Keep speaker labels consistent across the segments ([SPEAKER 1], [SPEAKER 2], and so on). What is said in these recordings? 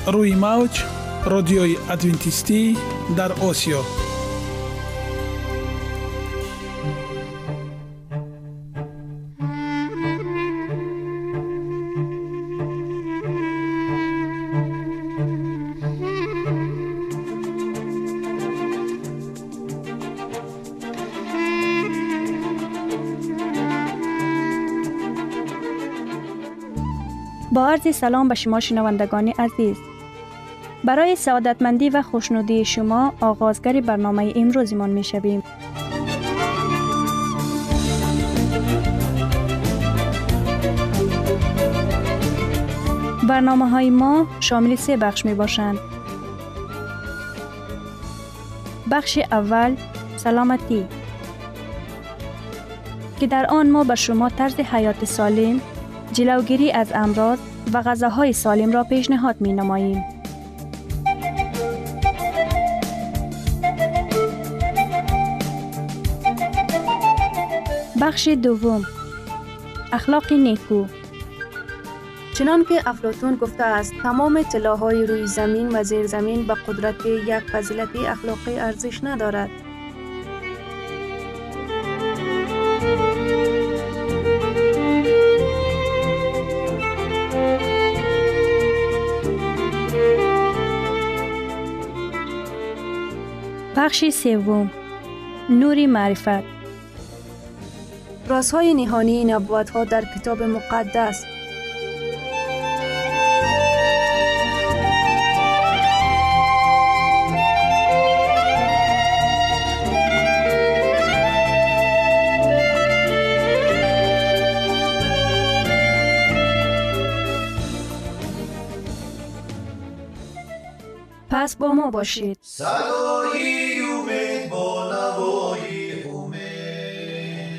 [SPEAKER 1] روی موج رادیوی ادوینتیستی در آسیا.
[SPEAKER 2] با عرض سلام به شما شنوندگان عزیز. برای سعادتمندی و خوشنودی شما آغازگر برنامه امروزمان می شویم. برنامه های ما شامل 3 بخش می باشند. بخش اول سلامتی که در آن ما به شما طرز حیات سالم، جلوگیری از امراض و غذاهای سالم را پیشنهاد می نماییم. بخش دوم اخلاق نیکو. چنان که افلاطون گفته است تمام طلاهای روی زمین و زیر زمین به قدرت یک فضیلت اخلاقی ارزش ندارد. بخش سوم نور معرفت. رازهای نهانی نبوت‌ها در کتاب مقدس. پس با ما باشید.
[SPEAKER 3] صدای امید با نوای امید.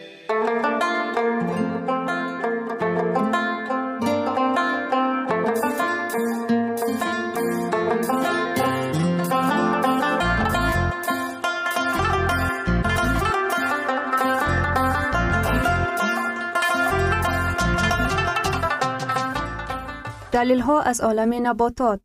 [SPEAKER 2] دلیل ها از عالم نباتات.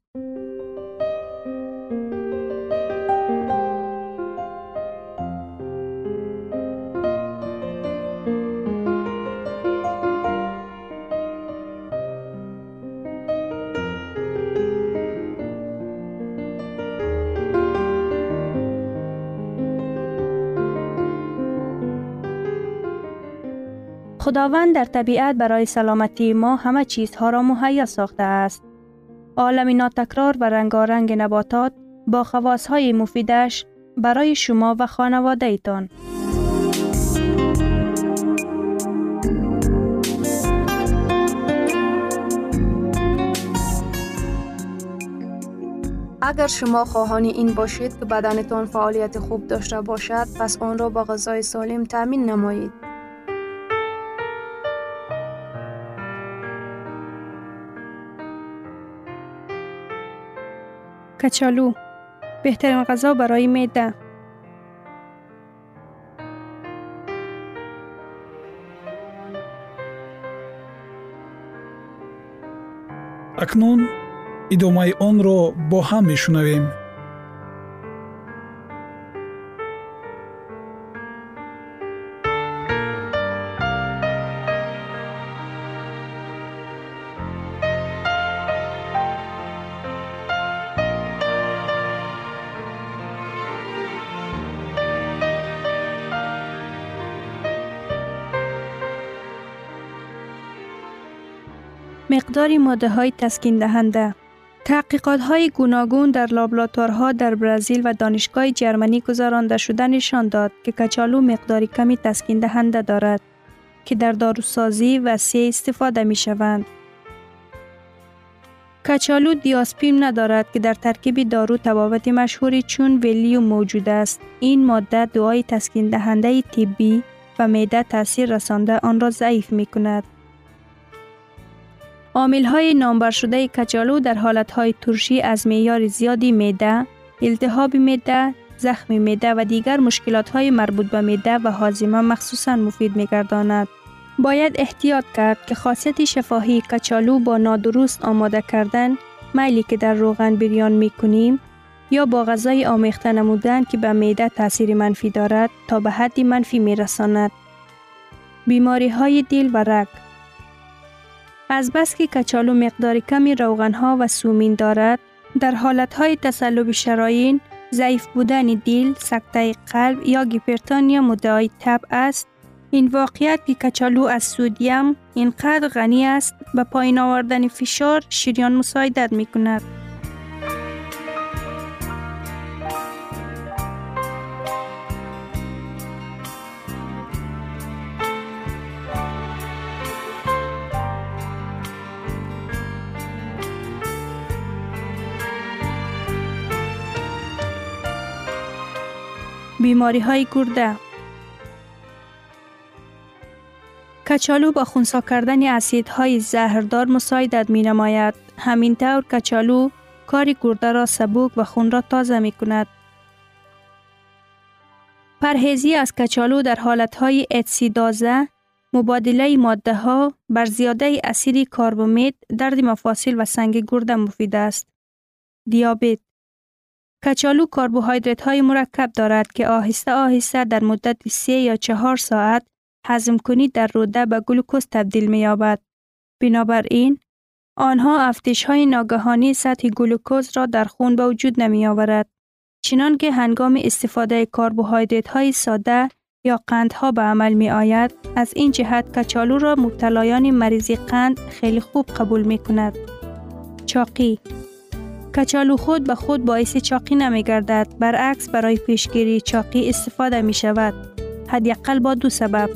[SPEAKER 2] خداوند در طبیعت برای سلامتی ما همه چیزها را مهیا ساخته است. عالم ناتکرار و رنگارنگ نباتات با خواصهای مفیدش برای شما و خانواده ایتان. اگر شما خواهان این باشید که بدنتان فعالیت خوب داشته باشد، پس آن را با غذای سالم تامین نمایید. کچالو بهترین غذا برای معده.
[SPEAKER 1] اکنون ادامه آن را با هم میشنویم.
[SPEAKER 2] مقدار ماده‌های تسکین دهنده. تحقیقات‌های گوناگون در لابراتوارها در برزیل و دانشگاه جرمنی گذرانده شده نشان داد که کچالو مقدار کمی تسکین دهنده دارد که در داروسازی وسیع استفاده می‌شوند. کچالو دیاسپین ندارد که در ترکیب دارو تفاوت مشهوری چون ولیوم موجود است. این ماده دعای تسکین دهنده طبی و معده تاثیر رسانده آن را ضعیف می‌کند. عامل‌های نامبر شده کچالو در حالت‌های ترشی از معیار زیادی معده، التهاب معده، زخم معده و دیگر مشکلات‌های مربوط به معده و هاضمه مخصوصاً مفید می‌گرداند. باید احتیاط کرد که خاصیت شفاهی کچالو با نادرست آماده کردن میلی که در روغن بریان می کنیم یا با غذای آمیخته نمودن که به معده تاثیر منفی دارد تا به حد منفی می رساند. بیماری های دل و رگ. از بس که کچالو مقدار کمی روغن ها و سومین دارد، در حالت های تصلب شرايين، ضعیف بودن دل، سکته قلب یا هیپرتونیا مدعای تب است. این واقعیت که کچالو از سدیم اینقدر غنی است به پایین آوردن فشار شریان مساعدت می کند. بیماری های گرده. کچالو با خنثی کردن اسیدهای زهردار مساعدت می نماید. همین طور کچالو کار گرده را سبک و خون را تازه می کند. پرهیزی از کچالو در حالتهای اتسیدازه، مبادله ماده ها بر زیاده اسید کربومیت، درد مفاصل و سنگ گرده مفید است. دیابت. کچالو کربوهیدرات های مرکب دارد که آهسته آهسته در مدت 3 یا 4 ساعت هضم کنی در روده به گلوکوز تبدیل می یابد. بنابراین آنها افزایش های ناگهانی سطح گلوکوز را در خون به وجود نمی آورد. چنان که هنگام استفاده کربوهیدرات های ساده یا قندها به عمل می آید، از این جهت کچالو را مبتلایان مریضی قند خیلی خوب قبول می کند. چاقی. کچالو خود به خود باعث چاقی نمی گردد، برعکس برای پیشگیری چاقی استفاده می شود. حداقل با 2 سبب.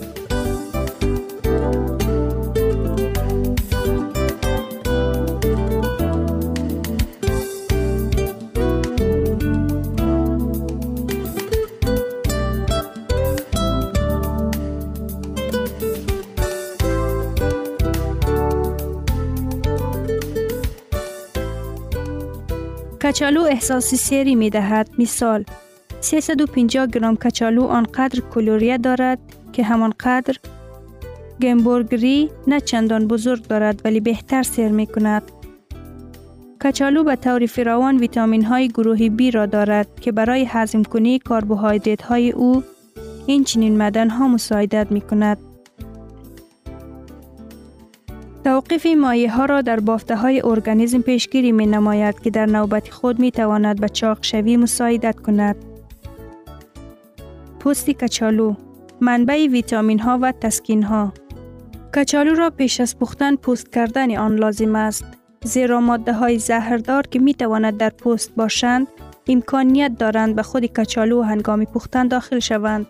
[SPEAKER 2] کچالو احساس سیری می دهد. مثال 350 گرم کچالو آنقدر کالری دارد که همانقدر گمبورگری نه چندان بزرگ دارد ولی بهتر سیر می کند. کچالو به طور فراوان ویتامین های گروه B را دارد که برای هضم کنی کربوهیدرات های او این چنین معدن ها مساعدت می کند. توقف مایع ها را در بافته های ارگانیسم پیشگیری می نماید که در نوبت خود می تواند به چاق شوی مساعدت کند. پوست کچالو، منبع ویتامین ها و تسکین ها. کچالو را پیش از پختن پوست کردن آن لازم است، زیرا ماده های زهردار که می تواند در پوست باشند امکانیت دارند به خود کچالو هنگام پختن داخل شوند.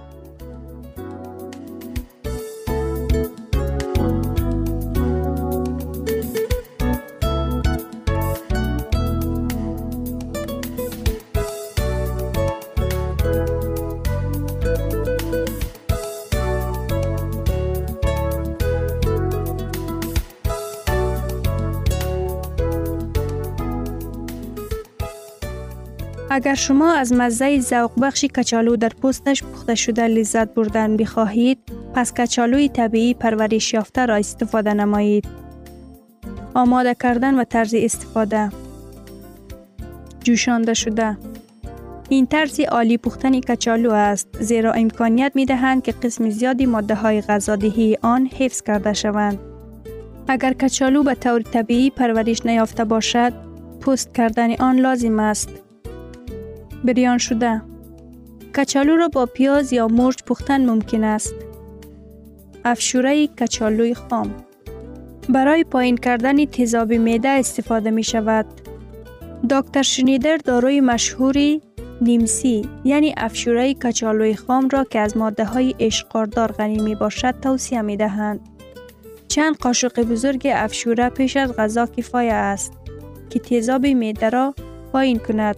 [SPEAKER 2] اگر شما از مزه ذوق بخش کچالو در پوستش پخته شده لذت بردن بخواهید، پس کچالوی طبیعی پرورش یافته را استفاده نمایید. آماده کردن و طرز استفاده. جوشانده شده. این طرز عالی پختن کچالو است، زیرا امکانیت می دهند که قسم زیادی ماده های غذادهی آن حفظ کرده شوند. اگر کچالو به طور طبیعی پرورش نیافته باشد، پوست کردن آن لازم است. بریان شده. کچالو را با پیاز یا مرچ پختن ممکن است. افشوره کچالوی خام. برای پایین کردن تیزاب معده استفاده می شود. دکتر شنیدر داروی مشهوری نیمسی یعنی افشوره کچالوی خام را که از ماده های اشقاردار غنی می باشد توصیه می دهند. چند قاشق بزرگ افشوره پیش از غذا کفایه است که تیزاب معده را پایین کند.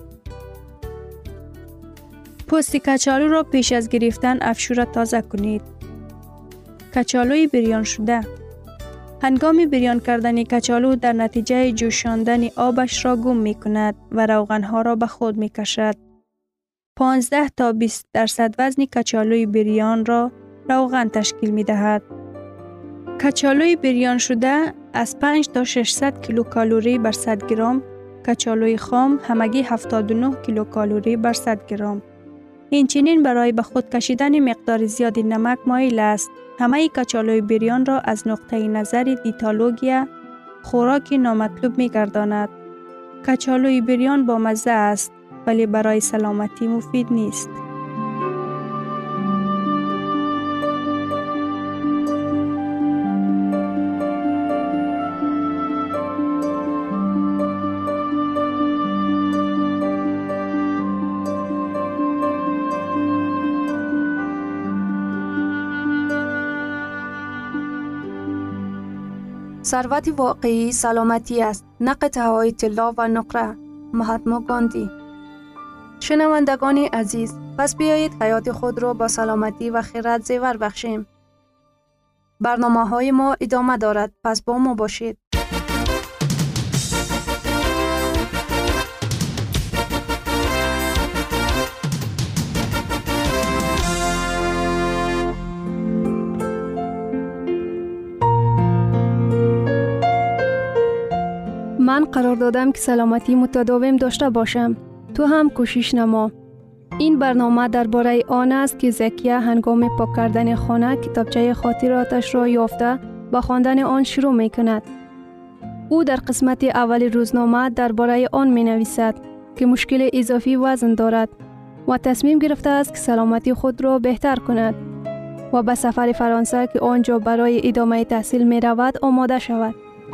[SPEAKER 2] پوست کچالو را پیش از گرفتن افشوره تازه کنید. کچالوی بریان شده. هنگام بریان کردن کچالو در نتیجه جوشاندن آبش را گم می کند و روغنها را به خود می کشد. 15 تا 20% وزن کچالوی بریان را روغن تشکیل می دهد. کچالوی بریان شده از 5 تا 600 کیلوکالری بر 100 گرم، کچالوی خام همگی 79 کیلوکالری بر 100 گرم. این چنین برای به خود کشیدن مقدار زیادی نمک مایل است. همه کچالوی بریان را از نقطه نظر دیتالوگیا خوراکی نامطلوب می گرداند. کچالوی بریان با مزه است ولی برای سلامتی مفید نیست.
[SPEAKER 4] ثروت واقعی سلامتی است، نه قطعه‌های طلا و نقره. مهاتما گاندی. شنوندگان عزیز، پس بیایید حیات خود را با سلامتی و خیرات زیور بخشیم. برنامه‌های ما ادامه دارد، پس با ما باشید. من قرار دادم که سلامتی متداوم داشته باشم. تو هم کوشش نما. این برنامه درباره آن است که زکیه هنگام پاک کردن خانه کتابچه خاطراتش را یافته با خواندن آن شروع می کند. او در قسمت اول روزنامه درباره آن می نویسد که مشکل اضافی وزن دارد و تصمیم گرفته است که سلامتی خود را بهتر کند و به سفر فرانسه که آنجا برای ادامه تحصیل می رود آماده شود.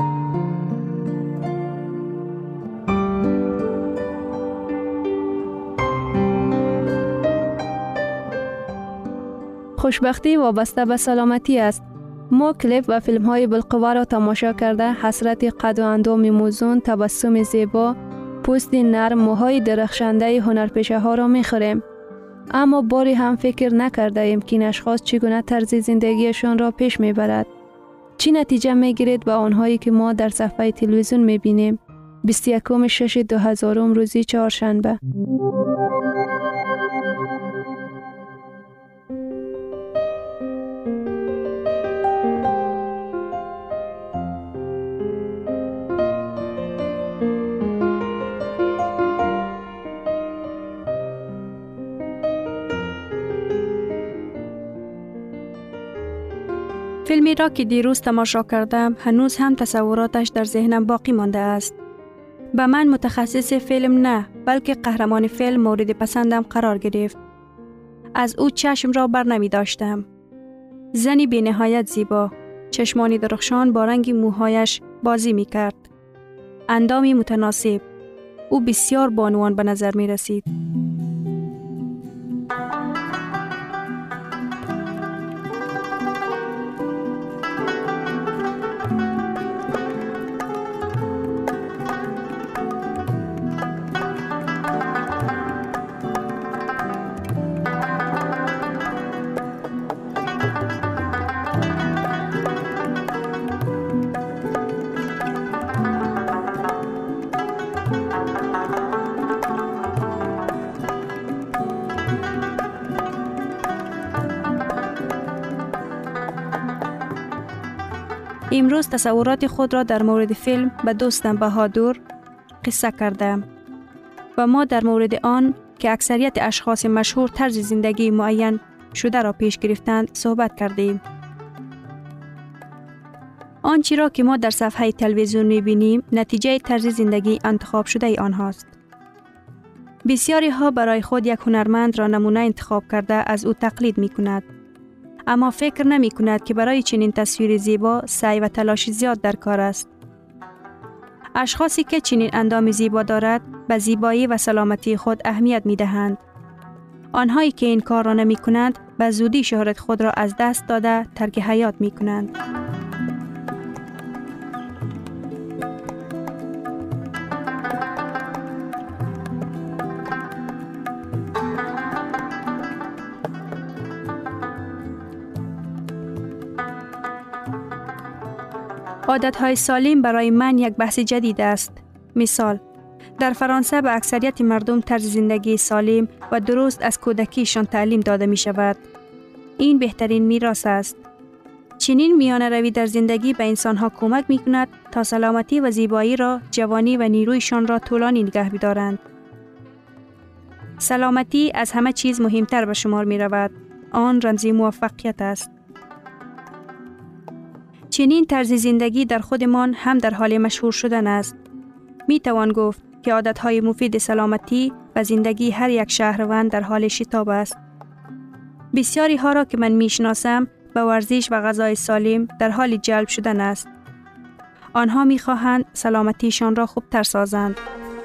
[SPEAKER 4] خوشبختی وابسته به سلامتی است. ما کلیپ و فیلم های بالقوه را تماشا کرده حسرت قد و اندام موزون، تبسم زیبا، پوست نرم، موهای درخشنده هنرپیشه ها را می خوریم. اما باری هم فکر نکرده ایم که این اشخاص چگونه طرز زندگیشان را پیش می برد. چی نتیجه می گیرید به آنهایی که ما در صفحه تلویزیون می بینیم؟ 21/6/2000 روزی چهارشنبه.
[SPEAKER 2] فیلمی را که دیروز تماشا کردم هنوز هم تصوراتش در ذهنم باقی مانده است. به من متخصص فیلم نه، بلکه قهرمان فیلم مورد پسندم قرار گرفت. از او چشم را بر نمی داشتم. زنی بی نهایت زیبا، چشمانی درخشان با رنگ موهایش بازی می کرد. اندامی متناسب. او بسیار بانوان به نظر می رسید. امروز تصورات خود را در مورد فیلم به دوستم بهادر قصه کردم و ما در مورد آن که اکثریت اشخاص مشهور طرز زندگی معین شده را پیش گرفتند صحبت کردیم. آنچه را که ما در صفحه تلویزیون می‌بینیم نتیجه طرز زندگی انتخاب شده آنهاست. بسیاری ها برای خود یک هنرمند را نمونه انتخاب کرده از او تقلید می‌کند. اما فکر نمی کند که برای چنین تصویر زیبا سعی و تلاش زیاد در کار است. اشخاصی که چنین اندام زیبا دارد به زیبایی و سلامتی خود اهمیت می دهند. آنهایی که این کار را نمی کنند به زودی شهرت خود را از دست داده ترک حیات می کنند. عادتهای سالم برای من یک بحث جدید است. مثال، در فرانسه به اکثریت مردم طرز زندگی سالم و درست از کودکیشان تعلیم داده می شود. این بهترین میراث است. چنین میانه روی در زندگی به انسانها کمک می کند تا سلامتی و زیبایی را، جوانی و نیرویشان را طولانی نگه بدارند. سلامتی از همه چیز مهمتر به شمار می رود. آن رمز موفقیت است. چنین طرز زندگی در خودمان هم در حال مشهور شدن است. می توان گفت که عادتهای مفید سلامتی و زندگی هر یک شهروند در حال شتاب است. بسیاری ها را که من می شناسم به ورزش و غذای سالم در حال جلب شدن است. آنها می خواهند سلامتیشان را خوبتر سازند.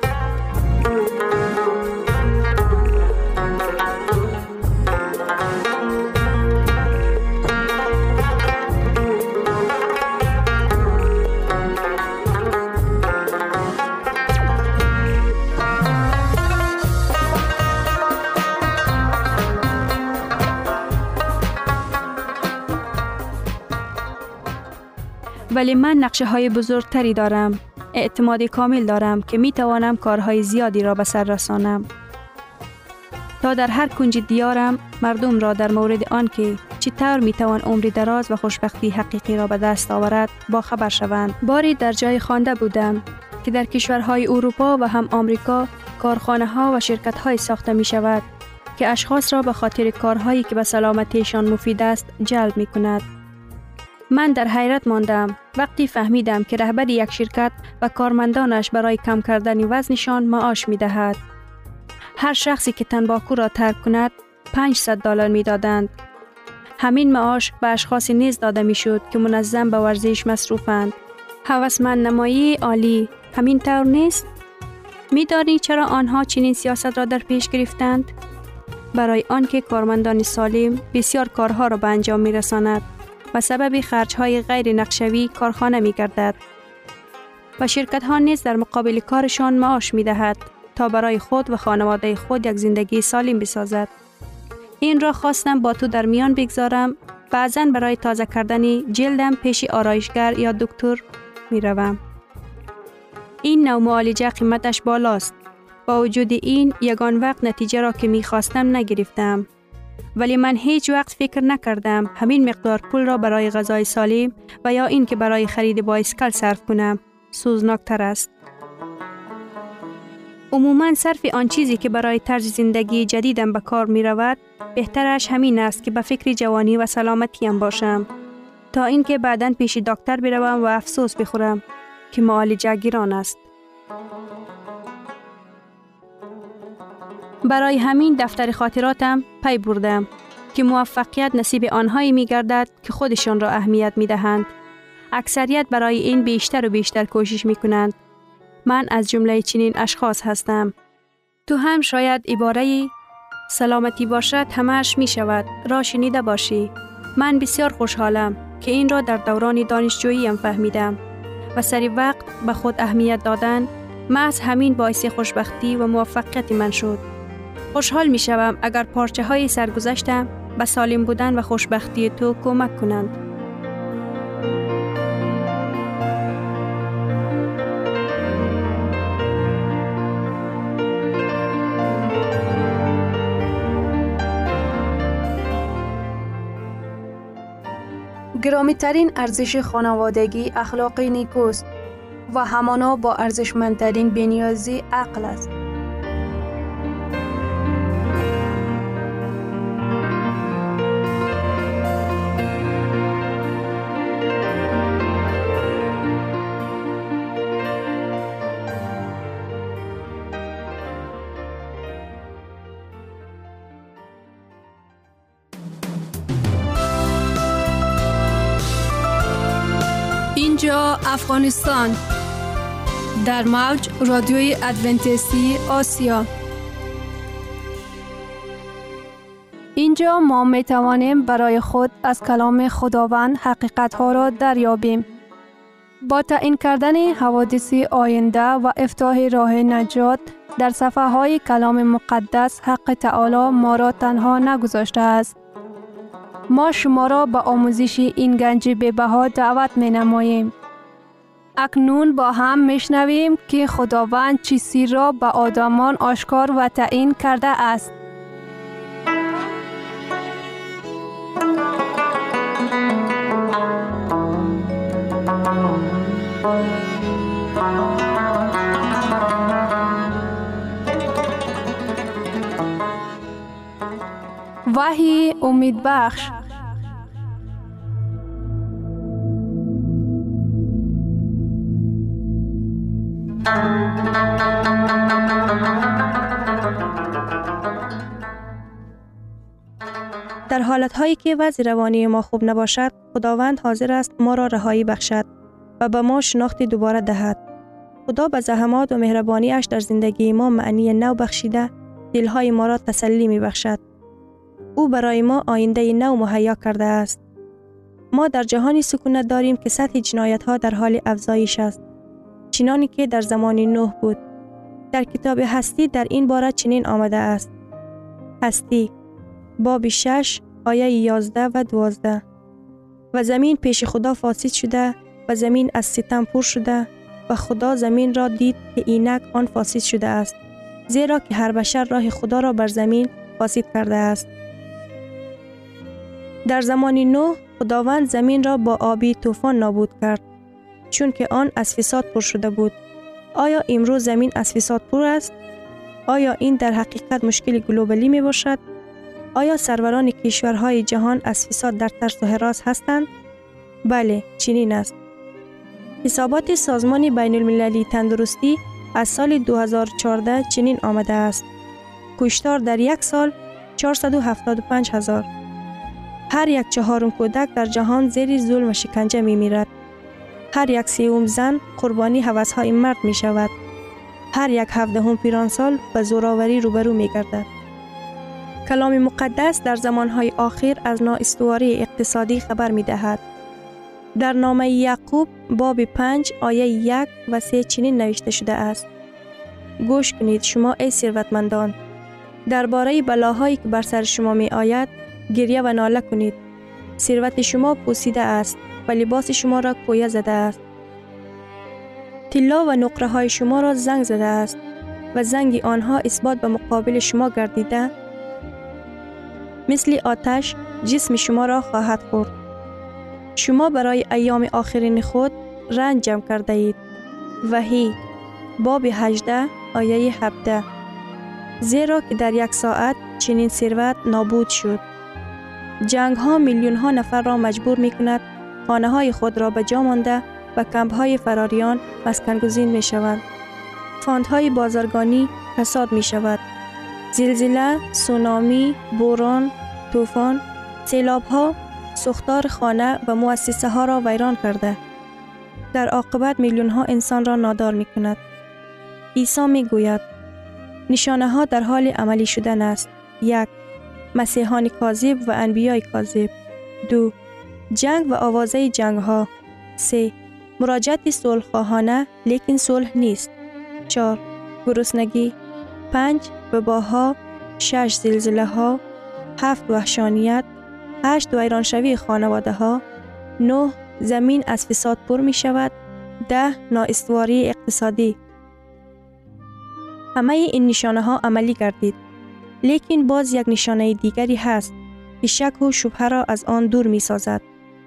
[SPEAKER 2] ولی من نقشه های بزرگتری دارم. اعتماد کامل دارم که می توانم کارهای زیادی را به سر رسانم. تا در هر کنج دیارم مردم را در مورد آن که چطور می توان عمری دراز و خوشبختی حقیقی را به دست آورد با خبر شوند. باری در جای خوانده بودم که در کشورهای اروپا و هم آمریکا کارخانه ها و شرکت های ساخته می شود که اشخاص را به خاطر کارهایی که به سلامتیشان مفید است جلب می کند. من در حیرت ماندم وقتی فهمیدم که رهبر یک شرکت و کارمندانش برای کم کردن وزنشان معاش می دهد. هر شخصی که تنباکو را ترک کند $500 می دادند. همین معاش به اشخاصی نیز داده می شد که منظم به ورزش مصروفند. هوسمند نمایی عالی، همین طور نیست؟ می دانی چرا آنها چنین سیاست را در پیش گرفتند؟ برای آنکه کارمندان سالم بسیار کارها را به انجام می رساند و سبب خرج‌های غیر نقشوی کارخانه می‌گردد. و شرکت‌ها نیز در مقابل کارشان معاش می‌دهد تا برای خود و خانواده خود یک زندگی سالم بسازد. این را خواستم با تو در میان بگذارم. بعضاً برای تازه کردن جلدم پیش آرایشگر یا دکتر می‌روم. این نوع معالجه قیمتش بالاست. با وجود این یگان وقت نتیجه را که می‌خواستم نگرفتم. ولی من هیچ وقت فکر نکردم همین مقدار پول را برای غذای سالم و یا این که برای خرید بایسکل صرف کنم سوزناکتر است. عموماً صرف آن چیزی که برای طرز زندگی جدیدم به کار می رود بهترش همین است که به فکر جوانی و سلامتیم باشم تا اینکه بعداً پیش دکتر بروم و افسوس بخورم که معالجه گران است. برای همین دفتر خاطراتم پی بردم که موفقیت نصیب آنهایی می گردد که خودشان را اهمیت می دهند. اکثریت برای این بیشتر و بیشتر کوشش می کنند. من از جمله چنین اشخاص هستم. تو هم شاید عباره سلامتی باشد همه‌اش می شود را شنیده باشی. من بسیار خوشحالم که این را در دوران دانشجوییم فهمیدم و سری وقت به خود اهمیت دادن محض همین باعث خوشبختی و موفقیت من شد. خوشحال می شوم اگر پارچه های سرگذشتم به سالم بودن و خوشبختی تو کمک کنند.
[SPEAKER 4] گرامی ترین ارزش خانوادگی اخلاق نیکوست و همانا با ارزشمندترین بی‌نیازی عقل است. اینجا افغانستان در موج رادیوی ادونتیستی آسیا. اینجا ما می توانیم برای خود از کلام خداوند حقیقت ها را دریابیم. با تعیین کردن حوادث آینده و افتتاح راه نجات در صفحه های کلام مقدس، حق تعالی ما را تنها نگذاشته است. ما شما را به آموزش این گنج بی‌بها دعوت می نماییم. اکنون با هم می شنویم که خداوند چه سر را به آدمان آشکار و تعیین کرده است. وحی امید بخش.
[SPEAKER 2] در حالت‌هایی که وضع روانی ما خوب نباشد، خداوند حاضر است ما را رهایی بخشد و به ما شناخت دوباره دهد. خدا به زحمات و مهربانی‌اش در زندگی ما معنی نو بخشیده، دلهای ما را تسلی می بخشد. او برای ما آینده نو مهیا کرده است. ما در جهانی سکونت داریم که سطح جنایت‌ها در حال افزایش است، چنانی که در زمان نوح بود. در کتاب هستی در این باره چنین آمده است: هستی باب 6 آیه 11 و 12. و زمین پیش خدا فاسد شده و زمین از ستم پر شده و خدا زمین را دید که اینک آن فاسد شده است، زیرا که هر بشر راه خدا را بر زمین فاسد کرده است. در زمان نوح خداوند زمین را با آبی طوفان نابود کرد، چون که آن از فساد پر شده بود. آیا امروز زمین از فساد پر است؟ آیا این در حقیقت مشکل گلوبالی می باشد؟ آیا سروران کشورهای جهان از فساد در ترس و هراس هستند؟ بله، چنین است. حسابات سازمان بین المللی تندرستی از سال 2014 چنین آمده است: کشتار در یک سال 475,000. هر یک چهارم کودک در جهان زیر ظلم و شکنجه می میرد. هر یک سوم زن قربانی هوس‌های مرد می شود. هر یک 17 پیرانسال به زوراوری روبرو می گردد. کلام مقدس در زمانهای آخر از نااستواری اقتصادی خبر می دهد. در نامه یعقوب باب 5 آیه 1 و 3 چنین نوشته شده است: گوش کنید شما ای ثروتمندان، درباره بلاهایی که بر سر شما می آید گریه و ناله کنید. ثروت شما پوسیده است و لباس شما را کویه زده است. طلا و نقره های شما را زنگ زده است و زنگ آنها اثبات به مقابل شما گردیده، مثل آتش جسم شما را خواهد خورد. شما برای ایام آخرین خود رنج جمع کرده اید. وحی باب 18 آیه 17. زیرا که در یک ساعت چنین ثروت نابود شد. جنگ ها میلیون ها نفر را مجبور می کند خانه های خود را به جا مانده و کمپ های فراریان مسکن گزین می شوند. فاندهای بازرگانی فساد می شود. زلزله، سونامی، بوران، طوفان، سیلاب ها سوختار خانه و مؤسسه ها را ویران کرده. در عاقبت میلیون ها انسان را نادار می کند. عیسی می گوید: نشانه ها در حال عملی شدن است. 1. مسیحان کاذب و انبیای کاذب. 2. جنگ و آوازه جنگ ها. 3. مراجعت صلح‌خواهانه لیکن صلح نیست. 4. گرسنگی. 5. وباها. 6. زلزله ها. 7. وحشانیت. 8. ویرانشوی خانواده ها. 9. زمین از فساد پر می شود. 10. نااستواری اقتصادی. همه این نشانه ها عملی گردید. لیکن باز یک نشانه دیگری هست که شک و شبهه را از آن دور می سازد.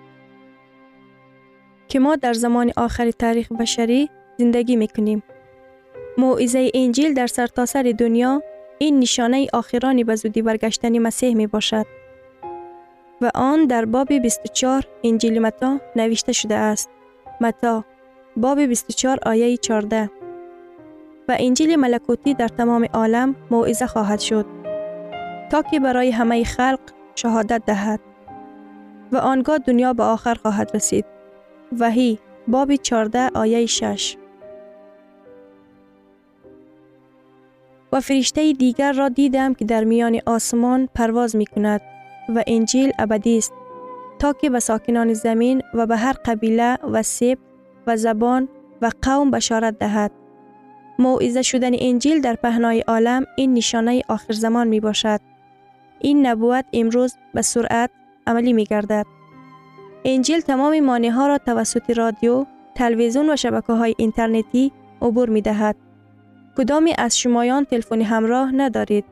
[SPEAKER 2] که ما در زمان آخر تاریخ بشری زندگی می کنیم. موعظه انجیل در سرتاسر دنیا این نشانه آخرانی به زودی برگشتن مسیح می باشد. و آن در باب 24 انجیل متی نوشته شده است. متی باب 24 آیه 14. و انجیل ملکوتی در تمام عالم موعظه خواهد شد تا که برای همه خلق شهادت دهد و آنگاه دنیا به آخر خواهد رسید. وحی باب 14 آیه 6. و فرشته دیگر را دیدم که در میان آسمان پرواز می کند و انجیل ابدی است تا که به ساکنان زمین و به هر قبیله و سبط و زبان و قوم بشارت دهد. موعظه شدن انجیل در پهنای عالم این نشانه آخر زمان می باشد. این نبوت امروز به سرعت عملی می گردد. انجیل تمام مانع ها را توسط رادیو، تلویزیون و شبکه‌های اینترنتی عبور می دهد. کدامی از شمایان تلفن همراه ندارید؟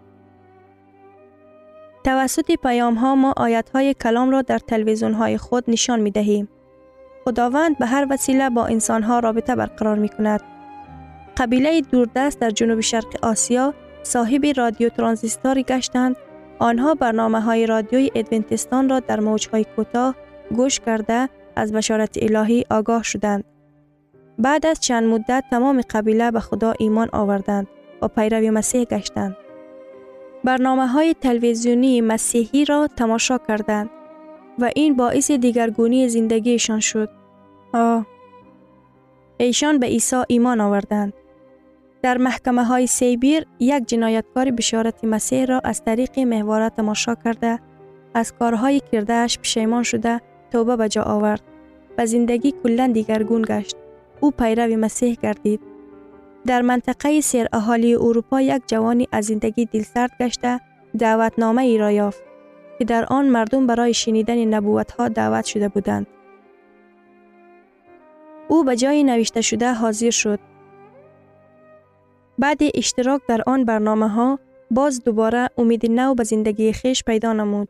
[SPEAKER 2] توسط پیام ها ما آیت های کلام را در تلویزیون های خود نشان می دهیم. خداوند به هر وسیله با انسان ها رابطه برقرار می کند. قبیله دوردست در جنوب شرق آسیا صاحب رادیو ترانزیستوری گشتند. آنها برنامه‌های رادیوی ادونتیستان را در موج‌های کوتاه گوش کرده از بشارت الهی آگاه شدند. بعد از چند مدت تمام قبیله به خدا ایمان آوردند و پیرو مسیح گشتند. برنامه‌های تلویزیونی مسیحی را تماشا کردند و این باعث دیگرگونی زندگیشان شد. ایشان به عیسی ایمان آوردند. در محکمه‌های سیبیر یک جنایتکار بشارت مسیح را از طریق محوره تماشا کرده از کارهای کرده‌اش پشیمان شده توبه به جا آورد و زندگی کلاً دیگرگون گشت. او پیرو مسیح گردید. در منطقه سیر اهالی اروپا یک جوانی از زندگی دلسرد گشته دعوتنامه ای را یافت که در آن مردم برای شنیدن نبوت‌ها دعوت شده بودند. او به جای نوشته شده حاضر شد. بعد اشتراک در آن برنامه‌ها باز دوباره امید نو به زندگی خیش پیدا نمود.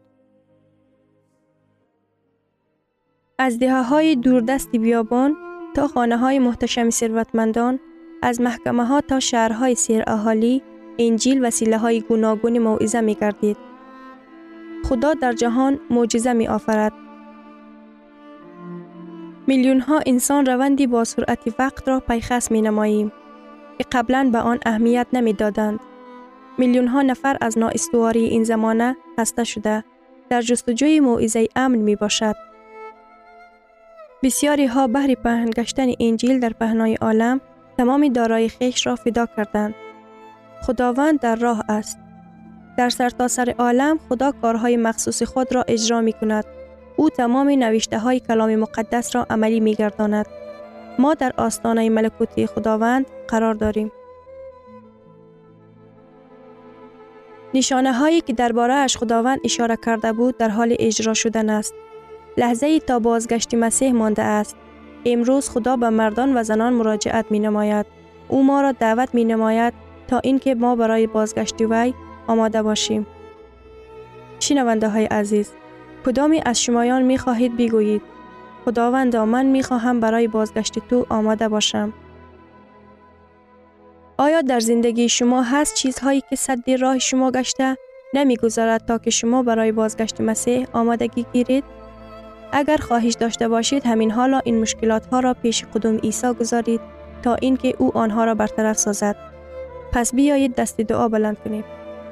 [SPEAKER 2] از دهه‌های دوردست بیابان تا خانه‌های محتشم ثروتمندان، از محکمه‌ها تا شهرهای سیر اهالی، انجیل وسیله‌های گوناگون موعظه می‌گردید. خدا در جهان معجزه می‌آفرد. میلیون‌ها انسان روندی با سرعت وقت را پیخست می‌نماییم که قبلاً به آن اهمیت نمی‌دادند. میلیون‌ها نفر از نااستواری این زمانه خسته شده در جستجوی موعظه امن می‌باشد. بسیاری ها بهر پهن گشتن انجیل در پهنای عالم تمام دارایی خویش را فدا کردند. خداوند در راه است. در سرتاسر عالم خدا کارهای مخصوص خود را اجرا می کند. او تمام نوشته های کلام مقدس را عملی می گرداند. ما در آستانه ملکوتی خداوند قرار داریم. نشانه هایی که درباره اش خداوند اشاره کرده بود در حال اجرا شدن است. لحظه ای تا بازگشت مسیح مانده است. امروز خدا به مردان و زنان مراجعت می نماید. او ما را دعوت می نماید تا اینکه ما برای بازگشت وی آماده باشیم. شنونده های عزیز، کدامی از شمایان می خواهید بگویید خداوندا من می خواهم برای بازگشت تو آماده باشم؟ آیا در زندگی شما هست چیزهایی که سد راه شما گشته نمی گذارد تا که شما برای بازگشت مسیح آمادگی گیرید؟ اگر خواهش داشته باشید همین حالا این مشکلات ها را پیش قدم عیسی گذارید تا اینکه او آنها را برطرف سازد. پس بیایید دست دعا بلند کنیم.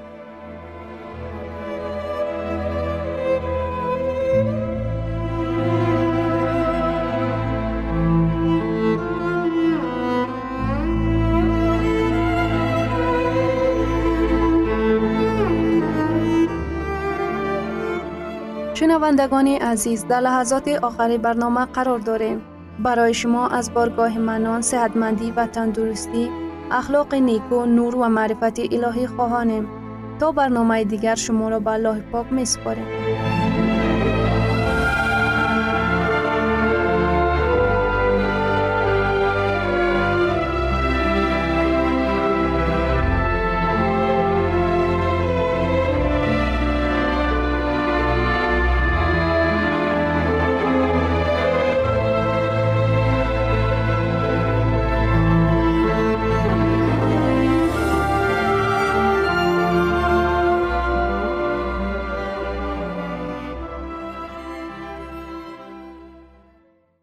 [SPEAKER 4] شنوندگان عزیز، در لحظات آخری برنامه قرار داریم. برای شما از بارگاه منان، صحتمندی و تندرستی، اخلاق نیکو، نور و معرفت الهی خواهانیم. تا برنامه دیگر شما را به الله پاک می‌سپاریم.